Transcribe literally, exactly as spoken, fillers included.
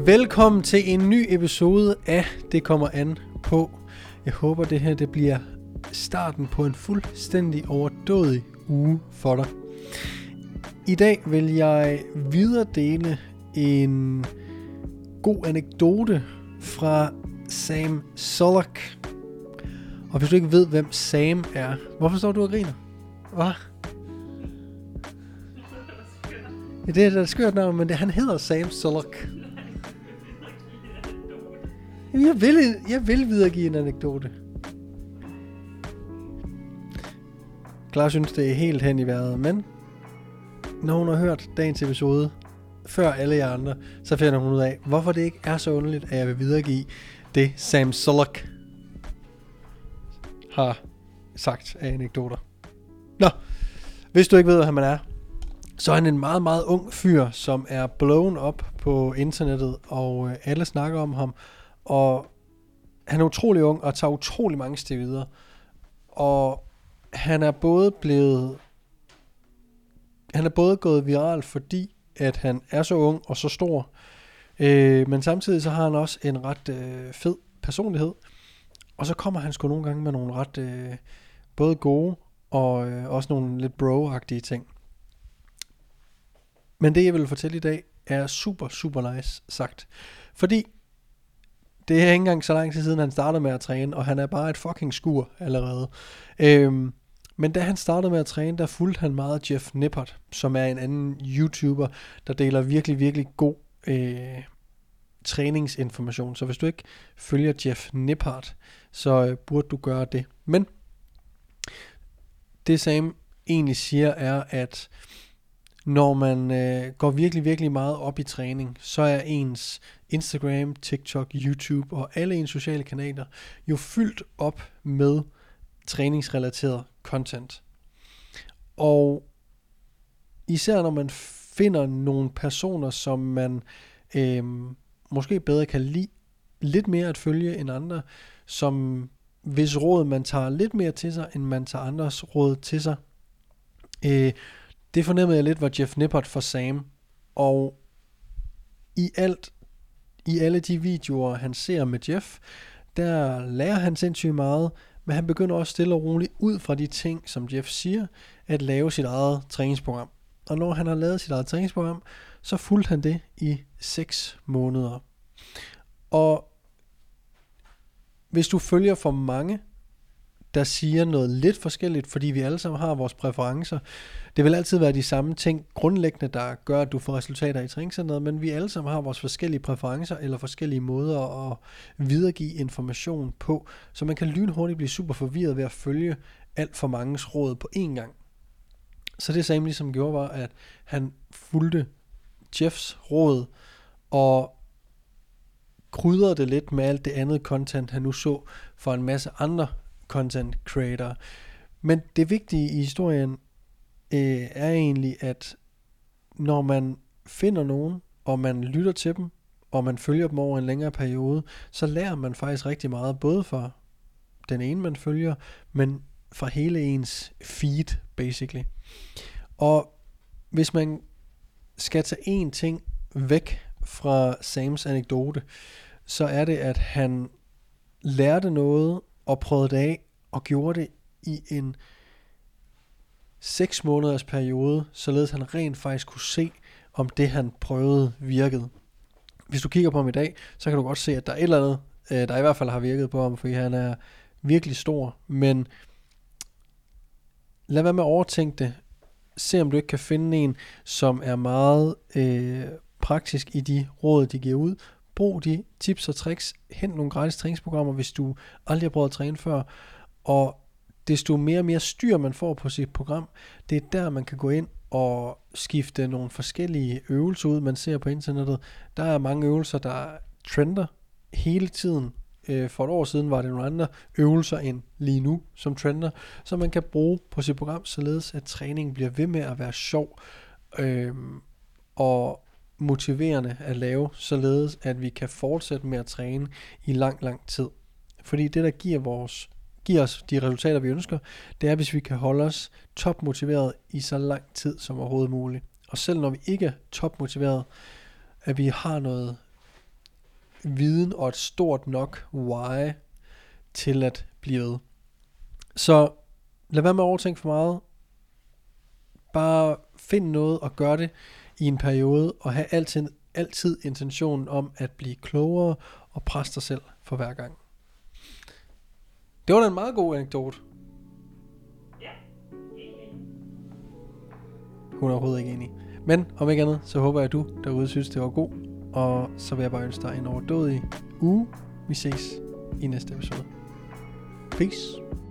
Velkommen til en ny episode af Det kommer an på. Jeg håber det her det bliver starten på en fuldstændig overdådig uge for dig. I dag vil jeg videredele en god anekdote fra Sam Sulek. Og hvis du ikke ved hvem Sam er, hvorfor står du og griner? Hvad? Ja, det er da et skørt navn, men det, han hedder Sam Sulek. Jeg vil, jeg vil videregive en anekdote. Klar synes det er helt hen i vejret, men når hun har hørt dagens episode før alle jer andre, så finder hun ud af, hvorfor det ikke er så underligt, at jeg vil videregive det Sam Sulek har sagt af anekdoter. Nå, hvis du ikke ved, hvad han er, så er han en meget, meget ung fyr, som er blown up på internettet, og øh, alle snakker om ham. Og han er utrolig ung og tager utrolig mange steg videre. Og han er både blevet han er både gået viral, fordi at han er så ung og så stor. Øh, men samtidig så har han også en ret øh, fed personlighed. Og så kommer han sgu nogle gange med nogle ret øh, både gode og øh, også nogle lidt bro-agtige ting. Men det jeg vil fortælle i dag er super super nice sagt. Fordi det er ikke engang så lang tid siden han startede med at træne, og han er bare et fucking skur allerede. Øhm, men da han startede med at træne, der fulgte han meget Jeff Nippard, som er en anden YouTuber, der deler virkelig, virkelig god øh, træningsinformation. Så hvis du ikke følger Jeff Nippard, så øh, burde du gøre det. Men det Sam egentlig siger er, at når man øh, går virkelig, virkelig meget op i træning, så er ens Instagram, TikTok, YouTube og alle ens sociale kanaler jo fyldt op med træningsrelateret content. Og især når man finder nogle personer, som man øh, måske bedre kan lide lidt mere at følge end andre, som hvis råd man tager lidt mere til sig, end man tager andres råd til sig. Øh, Det fornemmede jeg lidt var Jeff Nippard for Sam. Og i alt, i alle de videoer han ser med Jeff, der lærer han sindssygt meget, men han begynder også stille og roligt ud fra de ting, som Jeff siger, at lave sit eget træningsprogram. Og når han har lavet sit eget træningsprogram, så fulgte han det i seks måneder. Og hvis du følger for mange, der siger noget lidt forskelligt, fordi vi alle sammen har vores præferencer. Det vil altid være de samme ting grundlæggende, der gør, at du får resultater i træningscenteret, men vi alle sammen har vores forskellige præferencer eller forskellige måder at videregive information på, så man kan lynhurtigt blive super forvirret ved at følge alt for manges råd på én gang. Så det Sam ligesom gjorde var, at han fulgte Jeffs råd og krydrede det lidt med alt det andet content, han nu så for en masse andre content creator. Men det vigtige i historien øh, er egentlig, at når man finder nogen, og man lytter til dem, og man følger dem over en længere periode, så lærer man faktisk rigtig meget, både fra den ene man følger, men fra hele ens feed, basically. Og hvis man skal tage én ting væk fra Sams anekdote, så er det, at han lærte noget, og prøvede det af, og gjorde det i en seks måneders periode, således han rent faktisk kunne se, om det han prøvede virkede. Hvis du kigger på ham i dag, så kan du godt se, at der er et eller andet, øh, der i hvert fald har virket på ham, fordi han er virkelig stor, men lad være med at overtænke det. Se om du ikke kan finde en, som er meget øh, praktisk i de råd, de giver ud. Brug de tips og tricks. Hent nogle gratis træningsprogrammer, hvis du aldrig har prøvet at træne før. Og desto mere og mere styr man får på sit program, det er der man kan gå ind og skifte nogle forskellige øvelser ud, man ser på internettet. Der er mange øvelser, der trender hele tiden. For et år siden var det nogle andre øvelser end lige nu, som trender, som man kan bruge på sit program, således at træningen bliver ved med at være sjov øhm, og motiverende at lave, således at vi kan fortsætte med at træne i lang, lang tid. Fordi det, der giver, vores, giver os de resultater, vi ønsker, det er, hvis vi kan holde os topmotiveret i så lang tid som overhovedet muligt. Og selv når vi ikke er topmotiveret, at vi har noget viden og et stort nok why til at blive ved. Så lad være med at overtænke for meget. Bare find noget og gør det i en periode, og have altid, altid intentionen om at blive klogere og presse dig selv for hver gang. Det var da en meget god anekdote. Ja, enig. Hun er overhovedet ikke enig. Men om ikke andet, så håber jeg, at du derude synes, det var god. Og så vil jeg bare ønske dig en overdådig uge. Vi ses i næste episode. Peace.